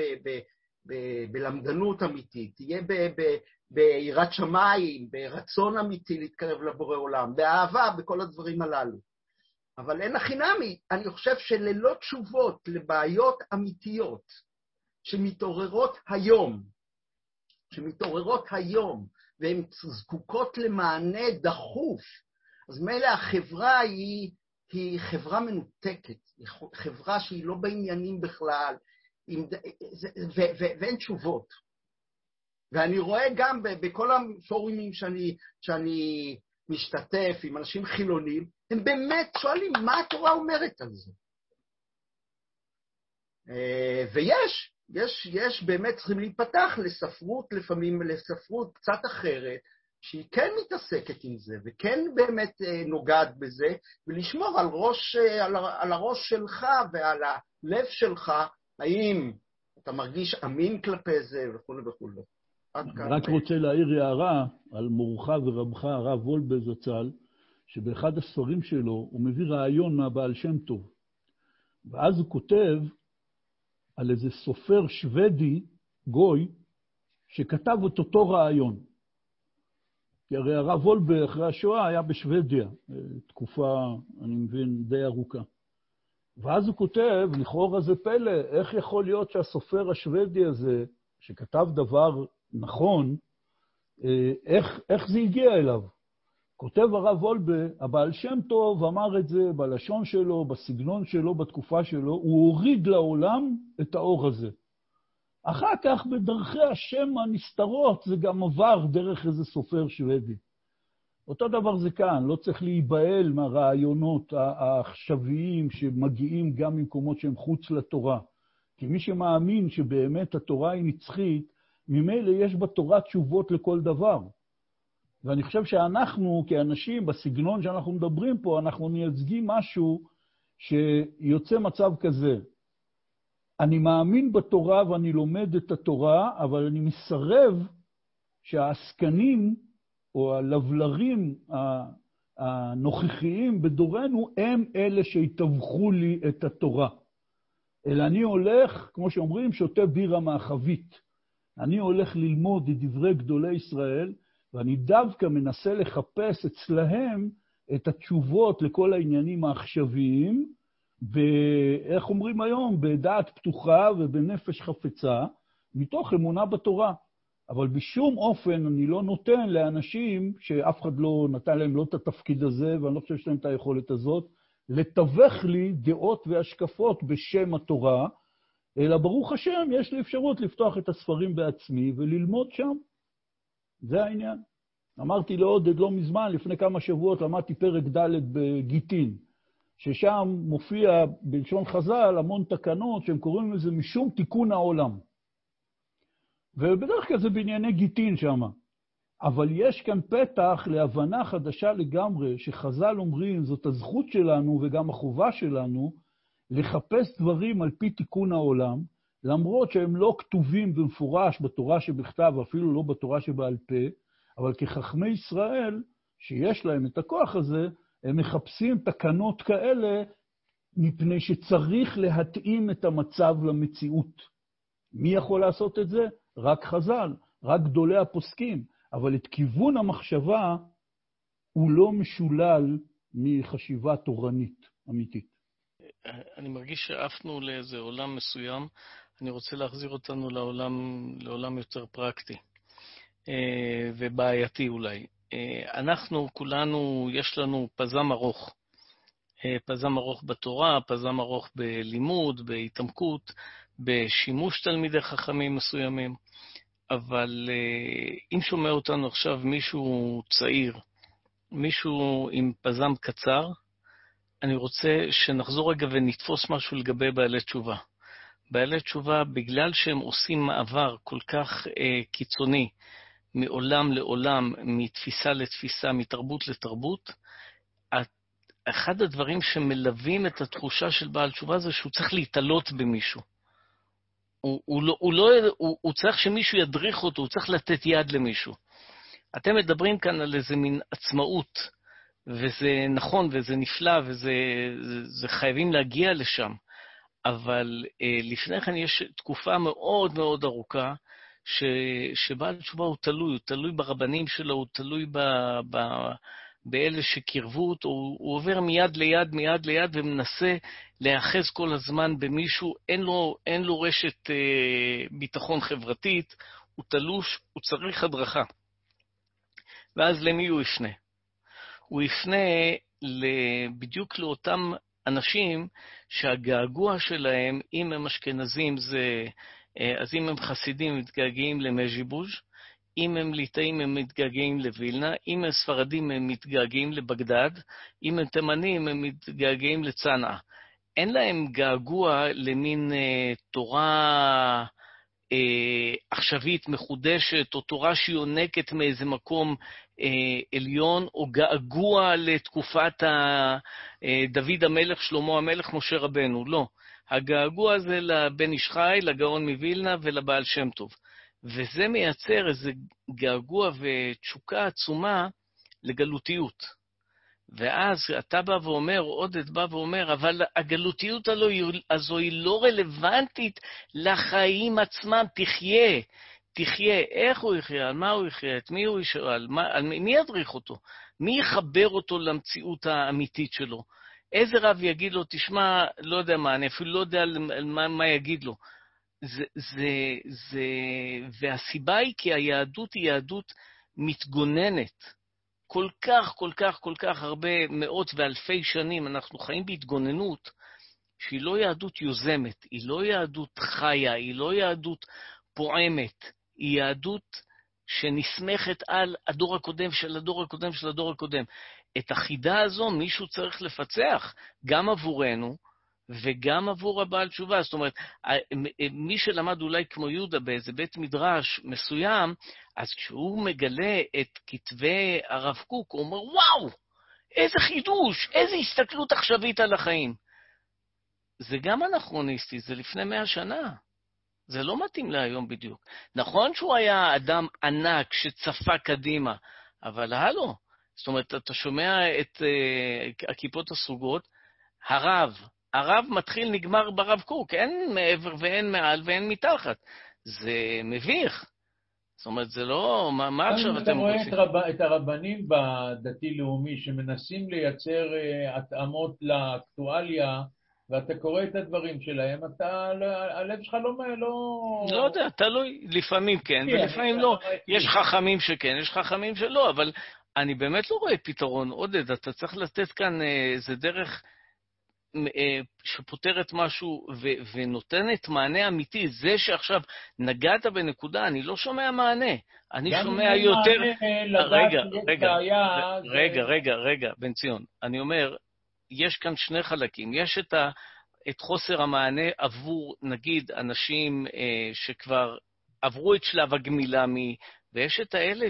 בלמדנות אמיתית, יהיה ביראת שמיים, ברצון אמיתי להתקרב לבורא עולם, באהבה, בכל הדברים הללו. אבל אין החינמי, אני חושב שללא תשובות לבעיות אמיתיות שמתעוררות היום, והן זקוקות למענה דחוף, אז מילא החברה היא חברה מנותקת, היא חברה שהיא לא בעניינים בכלל, ואין תשובות. ואני רואה גם בכל הפורומים שאני משתתף עם אנשים חילונים, הם באמת שואלים מה התורה אומרת על זה. ויש באמת צריכים להיפתח לספרות, לפעמים לספרות קצת אחרת, שהיא כן מתעסקת עם זה, וכן באמת נוגעת בזה, ולשמור על הראש שלך ועל הלב שלך, האם אתה מרגיש אמין כלפי זה וכו' וכו'. רק רוצה להעיר הערה על מורך ורבך הרב וולבה זצ"ל, שבאחד הספרים שלו הוא מביא רעיון מהבעל שם טוב. ואז הוא כותב על איזה סופר שוודי, גוי, שכתב את אותו רעיון. כי הרי הרב וולבה אחרי השואה היה בשוודיה, תקופה, אני מבין, די ארוכה. ואז הוא כותב, לכאורה זה פלא, איך יכול להיות שהסופר השוודי הזה, שכתב דבר נכון, איך זה הגיע אליו? כותב הרב וולבה, הבעל שם טוב אמר את זה בלשון שלו, בסגנון שלו, בתקופה שלו, הוא הוריד לעולם את האור הזה. אחר כך בדרכי השם הנסתרות זה גם עבר דרך איזה סופר שוודי. אותו דבר זה כאן, לא צריך להיבהל מהרעיונות העכשוויים שמגיעים גם ממקומות שהם חוץ לתורה. כי מי שמאמין שבאמת התורה היא נצחית, ממילא יש בתורה תשובות לכל דבר. ואני חושב שאנחנו כאנשים בסגנון שאנחנו מדברים פה, אנחנו מייצגים משהו שיוצא מצב כזה. אני מאמין בתורה ואני לומד את התורה, אבל אני מסרב שהעסקנים או הלבלרים הנוכחיים בדורנו הם אלה שיתווכו לי את התורה. אלא אני הולך, כמו שאומרים, שותה בירה מהחבית. אני הולך ללמוד את דברי גדולי ישראל, ואני דווקא מנסה לחפש אצלהם את התשובות לכל העניינים העכשוויים, ואיך אומרים היום, בדעת פתוחה ובנפש חפצה, מתוך אמונה בתורה. אבל בשום אופן אני לא נותן לאנשים שאף אחד לא נתן להם לא את התפקיד הזה, ואני לא חושב שיש להם את היכולת הזאת, לתווך לי דעות והשקפות בשם התורה, אלא ברוך השם יש לי אפשרות לפתוח את הספרים בעצמי וללמוד שם. זה העניין. אמרתי לעודד לא מזמן, לפני כמה שבועות למדתי פרק ד' בגיטין, ששם מופיע בלשון חז"ל המון תקנות שהם קוראים לזה משום תיקון העולם. ובדרך כלל זה בענייני גיטין שם. אבל יש כאן פתח להבנה חדשה לגמרי, שחז"ל אומרים, זאת הזכות שלנו וגם החובה שלנו, לחפש דברים על פי תיקון העולם, למרות שהם לא כתובים במפורש בתורה שבכתב, אפילו לא בתורה שבעל פה, אבל כחכמי ישראל, שיש להם את הכוח הזה, הם מחפשים תקנות כאלה, מפני שצריך להתאים את המצב למציאות. מי יכול לעשות את זה? רק חז"ל, רק גדולי הפוסקים. אבל את כיוון המחשבה הוא לא משולל מחשיבה תורנית אמיתית. אני מרגיש שאפנו לאיזה עולם מסוים, אני רוצה להחזיר אותנו לעולם יותר פרקטי ובעייתי אולי. אנחנו כולנו, יש לנו פזם ארוך. פזם ארוך בתורה, פזם ארוך בלימוד, בהתעמקות, בשימוש תלמידי חכמים מסוימים. אבל אם שומע אותנו עכשיו מישהו צעיר, מישהו עם פזם קצר, אני רוצה שנחזור רגע ונתפוס משהו לגבי בעלי תשובה. בעלי תשובה, בגלל שהם עושים מעבר כל כך קיצוני, מעולם לעולם, מתפיסה לתפיסה, מתרבות לתרבות, אחד הדברים שמלווים את התחושה של בעל תשובה זה שהוא צריך להתעלות במישהו. הוא צריך שמישהו ידריך אותו, הוא צריך לתת יד למישהו. אתם מדברים כאן על איזה מין עצמאות, וזה נכון וזה נפלא, וזה חייבים להגיע לשם. אבל לפני כן יש תקופה מאוד מאוד ארוכה, שבעל תשובה הוא תלוי ברבנים שלו, הוא תלוי באלה שקרבו אותו, הוא עובר מיד ליד ומנסה להיאחז כל הזמן במישהו, אין לו רשת ביטחון חברתית, הוא תלוש, הוא צריך הדרכה. ואז למי הוא יפנה? הוא יפנה בדיוק לאותם אנשים שהגעגוע שלהם, אם הם אשכנזים, אז אם הם חסידים מתגעגעים למז'יבוז', אם הם ליטאים הם מתגעגעים לווילנה, אם הם ספרדים הם מתגעגעים לבגדד, אם הם תימנים הם מתגעגעים לצנעה. אין להם געגוע למין תורה עכשווית מחודשת, או תורה שיונקת מאיזה מקום עליון, או געגוע לתקופת דוד המלך, שלמה המלך, משה רבנו. לא. הגעגוע זה לבן איש חי, לגאון מווילנה ולבעל שם טוב. וזה מייצר איזה געגוע ותשוקה עצומה לגלותיות. ואז אתה בא ואומר, עודד בא ואומר, אבל הגלותיות הזו היא לא רלוונטית לחיים עצמם, תחיה. איך הוא יחיה? על מה הוא יחיה? את מי הוא ישאל? על מי ידריך אותו? מי יחבר אותו למציאות האמיתית שלו? איזה רב יגיד לו, תשמע, לא יודע מה, אני אפילו לא יודע מה יגיד לו. והסיבה היא כי היהדות היא יהדות מתגוננת. כל כך הרבה מאות ואלפי שנים אנחנו חיים בהתגוננות שהיא לא יהדות יוזמת, היא לא יהדות חיה, היא לא יהדות פועמת, היא יהדות שנסמכת על הדור הקודם של הדור הקודם של הדור הקודם. את החידה הזו מישהו צריך לפצח, גם עבורנו וגם עבור הבעל תשובה. זאת אומרת, מי שלמד אולי כמו יהודה באיזה בית מדרש מסוים, אז כשהוא מגלה את כתבי הרב קוק, הוא אומר, וואו, איזה חידוש, איזה הסתכלות עכשווית על החיים. זה גם אנכרוניסטי, זה לפני 100 שנה. זה לא מתאים להיום בדיוק. נכון שהוא היה אדם ענק שצפה קדימה, אבל הלו, זאת אומרת, אתה שומע את הכיפות הסרוגות, הרב מתחיל נגמר ברב קוק, אין מעבר ואין מעל ואין מתחת. זה מביך. זאת אומרת, זה לא, מה עכשיו אתם רוצים? אתה רואה את הרבנים בדתי-לאומי שמנסים לייצר התאמות לאקטואליה, ואתה קורא את הדברים שלהם, הלב שלך לא יודע, תלוי, לפעמים כן, ולפעמים לא. יש חכמים שכן, יש חכמים שלא, אבל אני באמת לא רואה פתרון. עודד, אתה צריך לתת כאן איזה דרך שפותרת משהו ונותנת מענה אמיתי. זה שעכשיו נגעת בנקודה, אני לא שומע מענה. אני שומע יותר... רגע, בן ציון. אני אומר, יש כאן שני חלקים. יש את חוסר המענה עבור, נגיד, אנשים שכבר עברו את שלב הגמילה ויש את האלה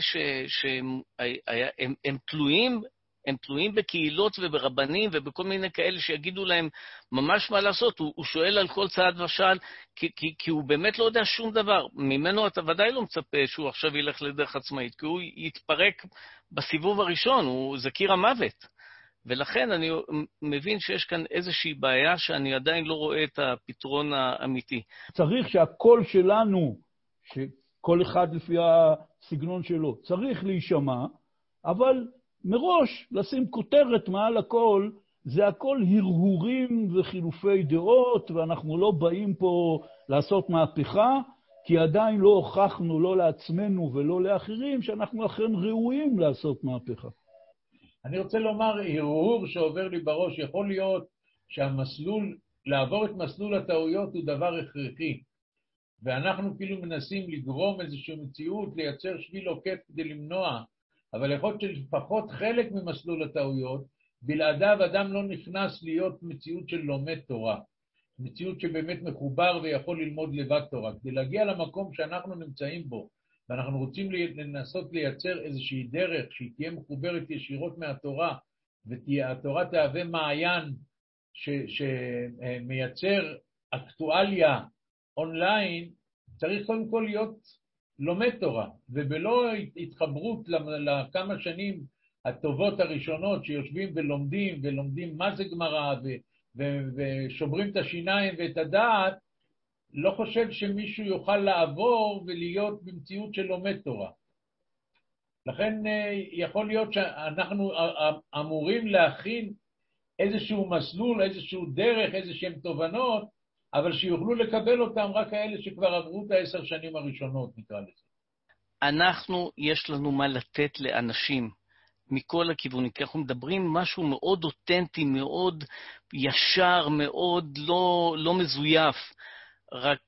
שהם תלויים, הם תלויים בקהילות וברבנים ובכל מיני כאלה שיגידו להם ממש מה לעשות. הוא שואל על כל צעד ושאל, כי הוא באמת לא יודע שום דבר. ממנו אתה ודאי לא מצפה שהוא עכשיו ילך לדרך עצמאית, כי הוא יתפרק בסיבוב הראשון, זה קיר המוות. ולכן אני מבין שיש כאן איזושהי בעיה שאני עדיין לא רואה את הפתרון האמיתי. צריך שהקול שלנו, שכל אחד לפי הסגנון שלו, צריך להישמע, אבל מראש לשים כותרת מעל הכל, זה הכל הרהורים וחילופי דעות, ואנחנו לא באים פה לעשות מהפכה, כי עדיין לא הוכחנו לא לעצמנו ולא לאחרים, שאנחנו אכן ראויים לעשות מהפכה. אני רוצה לומר, הרהור שעובר לי בראש, יכול להיות שהמסלול, לעבור את מסלול הטעויות הוא דבר הכרחי, ואנחנו כאילו מנסים לגרום איזושהי מציאות, לייצר שביל עוקף כדי למנוע, אבל יכול להיות שלפחות חלק ממסלול הטעויות, בלעדיו אדם לא נכנס להיות מציאות של לומד תורה, מציאות שבאמת מחובר ויכול ללמוד לבד תורה. כדי להגיע למקום שאנחנו נמצאים בו, ואנחנו רוצים לנסות לייצר איזושהי דרך שהיא תהיה מחוברת ישירות מהתורה, והתורה תהווה מעיין שמייצר אקטואליה אונליין, צריך קודם כל להיות לומד תורה, ובלא התחברות לכמה שנים הטובות הראשונות שיושבים ולומדים מה זה גמרא ושוברים את השיניים ואת הדעת, לא חושב שמישהו יוכל לעבור ולהיות במציאות של לומד תורה. לכן יכול להיות שאנחנו אמורים להכין איזשהו מסלול, איזשהו דרך, איזשהם תובנות, אבל שיוכלו לקבל אותם רק האלה שכבר עברו את 10 שנים הראשונות, נקרא לזה. יש לנו מה לתת לאנשים מכל הכיוונים, כי אנחנו מדברים משהו מאוד אותנטי, מאוד ישר, מאוד לא מזויף. רק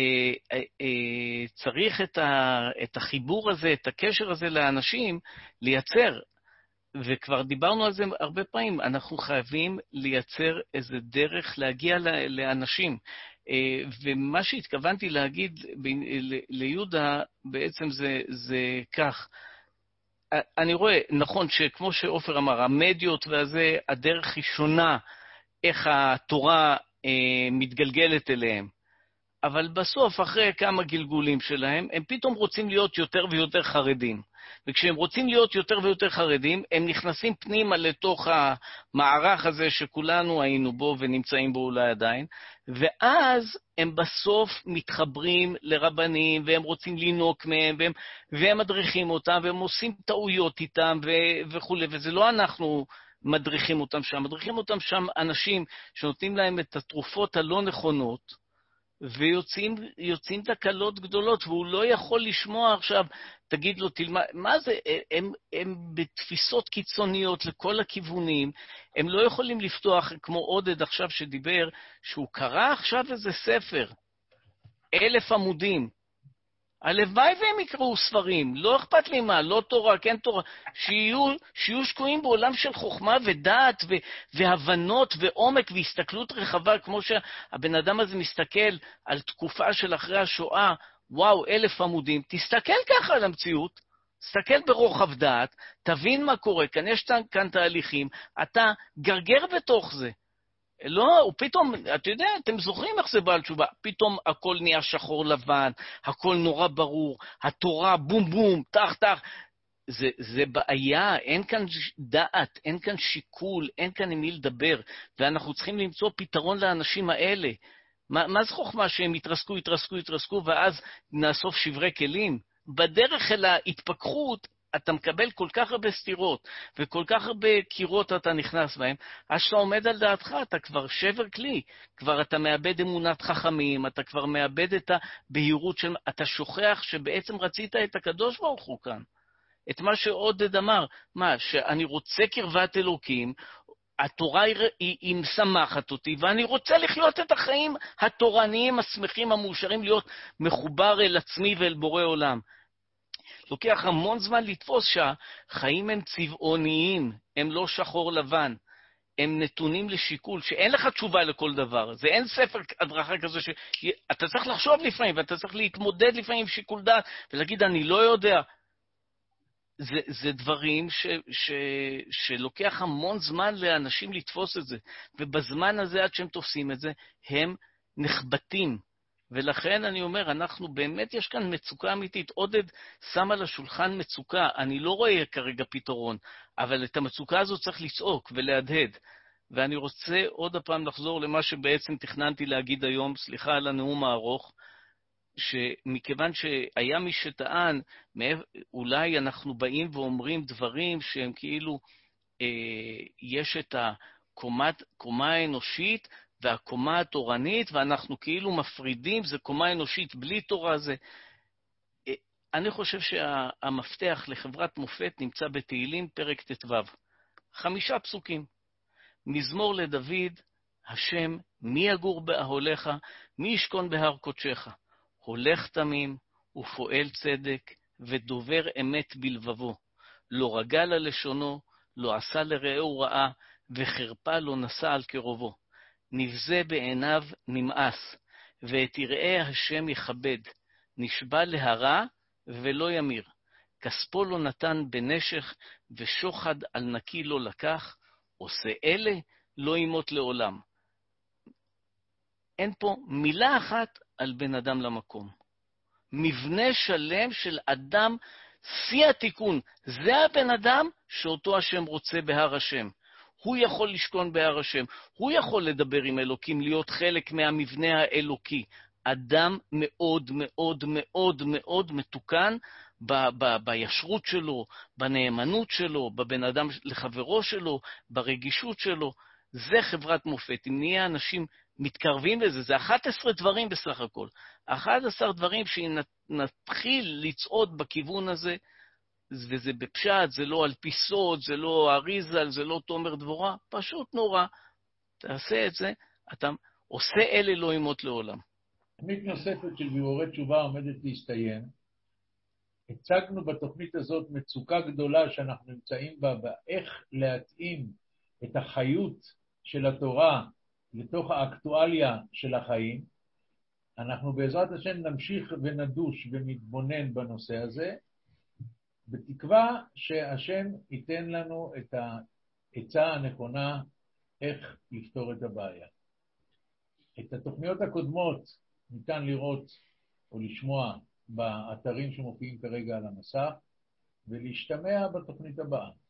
צריך את החיבור הזה, את הקשר הזה לאנשים, לייצר. וכבר דיברנו על זה הרבה פעמים, אנחנו חייבים לייצר איזה דרך להגיע לאנשים. ומה שהתכוונתי להגיד ליהודה בעצם זה כך. אני רואה, נכון שכמו שאופר אמר, המדיות והזה, הדרך היא שונה, איך התורה מתגלגלת אליהם. אבל בסוף, אחרי כמה גלגולים שלהם, הם פתאום רוצים להיות יותר ויותר חרדים. וכשהם רוצים להיות יותר ויותר חרדים, הם נכנסים פנימה לתוך המערך הזה שכולנו היינו בו ונמצאים בו אולי עדיין, ואז הם בסוף מתחברים לרבנים, והם רוצים לינוק מהם, והם מדריכים אותם, והם עושים טעויות איתם וכו'. וזה לא אנחנו מדריכים אותם שם, מדריכים אותם שם אנשים שנותנים להם את התרופות הלא נכונות, ויוצאים תקלות גדולות, והוא לא יכול לשמוע עכשיו, תגיד לו, תלמד, מה זה? הם בתפיסות קיצוניות לכל הכיוונים, הם לא יכולים לפתוח, כמו עודד עכשיו שדיבר, שהוא קרא עכשיו איזה ספר, 1,000 עמודים, הלוואי והם יקראו ספרים, לא אכפת לי מה, לא תורה, כן תורה, שיהיו שקועים בעולם של חוכמה ודעת והבנות ועומק והסתכלות רחבה, כמו שהבן אדם הזה מסתכל על תקופה של אחרי השואה, וואו, 1,000 עמודים, תסתכל ככה על המציאות, תסתכל ברוחב דעת, תבין מה קורה, כאן יש כאן תהליכים, אתה גרגר בתוך זה. לא, הוא פתאום, אתה יודע, אתם זוכרים איך זה בעל תשובה, פתאום הכל נהיה שחור לבן, הכל נורא ברור, התורה בום בום, תח תח, זה בעיה, אין כאן דעת, אין כאן שיקול, אין כאן עם מי לדבר, ואנחנו צריכים למצוא פתרון לאנשים האלה. מה זה חוכמה שהם יתרסקו, ואז נאסוף שברי כלים? בדרך אל ההתפכחות, אתה מקבל כל כך הרבה סתירות, וכל כך הרבה קירות אתה נכנס בהם, אז שאתה עומד על דעתך, אתה כבר שבר כלי, כבר אתה מאבד אמונת חכמים, אתה כבר מאבד את הבהירות של... אתה שוכח שבעצם רצית את הקדוש ברוך הוא כאן. את מה שעודד אמר, שאני רוצה קרבת אלוקים, התורה היא משמחת אותי, ואני רוצה לחיות את החיים התורניים, השמחים, המאושרים, להיות מחובר אל עצמי ואל בורא עולם. לוקח המון זמן לתפוס שהחיים הם צבעוניים, הם לא שחור לבן, הם נתונים לשיקול, שאין לך תשובה לכל דבר. זה אין ספר הדרכה כזה שאתה צריך לחשוב לפעמים, ואתה צריך להתמודד לפעמים עם שיקול דעת, ולהגיד אני לא יודע. זה דברים שלוקח המון זמן לאנשים לתפוס את זה, ובזמן הזה עד שהם תופסים את זה, הם נחבטים. ולכן אני אומר, אנחנו באמת יש כאן מצוקה אמיתית. עודד שם על השולחן מצוקה, אני לא רואה כרגע פתרון, אבל את המצוקה הזו צריך לצעוק ולהדהד. ואני רוצה עוד הפעם לחזור למה שבעצם תכננתי להגיד היום, סליחה על הנאום הארוך, שמכיוון שהיה מי שטען, אולי אנחנו באים ואומרים דברים שהם כאילו, יש את הקומה האנושית והקומה התורנית, ואנחנו כאילו מפרידים, זה קומה אנושית בלי תורה. אני חושב שהמפתח לחברת מופת נמצא בתהילים פרק ט"ו. 5 פסוקים. מזמור לדוד, השם, מי יגור באהליך, מי ישכון בהר קודשך. הולך תמים ופועל צדק ודובר אמת בלבבו. לא רגל על לשונו, לא עשה לרעהו רעה, וחרפה לא נשא על קרובו. נבזה בעיניו נמאס, ואת יראי השם יכבד. נשבע להרע ולא ימיר. כספו לא נתן בנשך, ושוחד על נקי לא לקח. עושה אלה לא ימות לעולם. אין פה מילה אחת על בן אדם למקום. מבנה שלם של אדם, שיא התיקון. זה הבן אדם שאותו השם רוצה בהר השם. הוא יכול לשכון בהר השם. הוא יכול לדבר עם אלוקים, להיות חלק מהמבנה האלוקי. אדם מאוד מאוד מאוד מאוד מתוקן בישרות שלו, בנאמנות שלו, בבן אדם לחברו שלו, ברגישות שלו. זה חברת מופת. אם נהיה אנשים מתקרבים לזה, זה 11 דברים בסך הכל. 11 דברים שנתחיל לצעוד בכיוון הזה, וזה בפשט, זה לא על פי סוד, זה לא אריזל, זה לא תומר דבורה, פשוט נורא. תעשה את זה, אתה עושה אלה לא ימות לעולם. תוכנית נוספת של בירורי תשובה עומדת להסתיים. הצגנו בתוכנית הזאת מצוקה גדולה שאנחנו נמצאים בה, באיך להתאים את החיות של התורה לתוך האקטואליה של החיים. אנחנו בעזרת השם נמשיך ונדוש ונתבונן בנושא הזה, בתקווה שהשם ייתן לנו את העצה הנכונה איך לפתור את הבעיה. את התוכניות הקודמות ניתן לראות או לשמוע באתרים שמופיעים כרגע על המסך, ולהשתמע בתוכנית הבאה.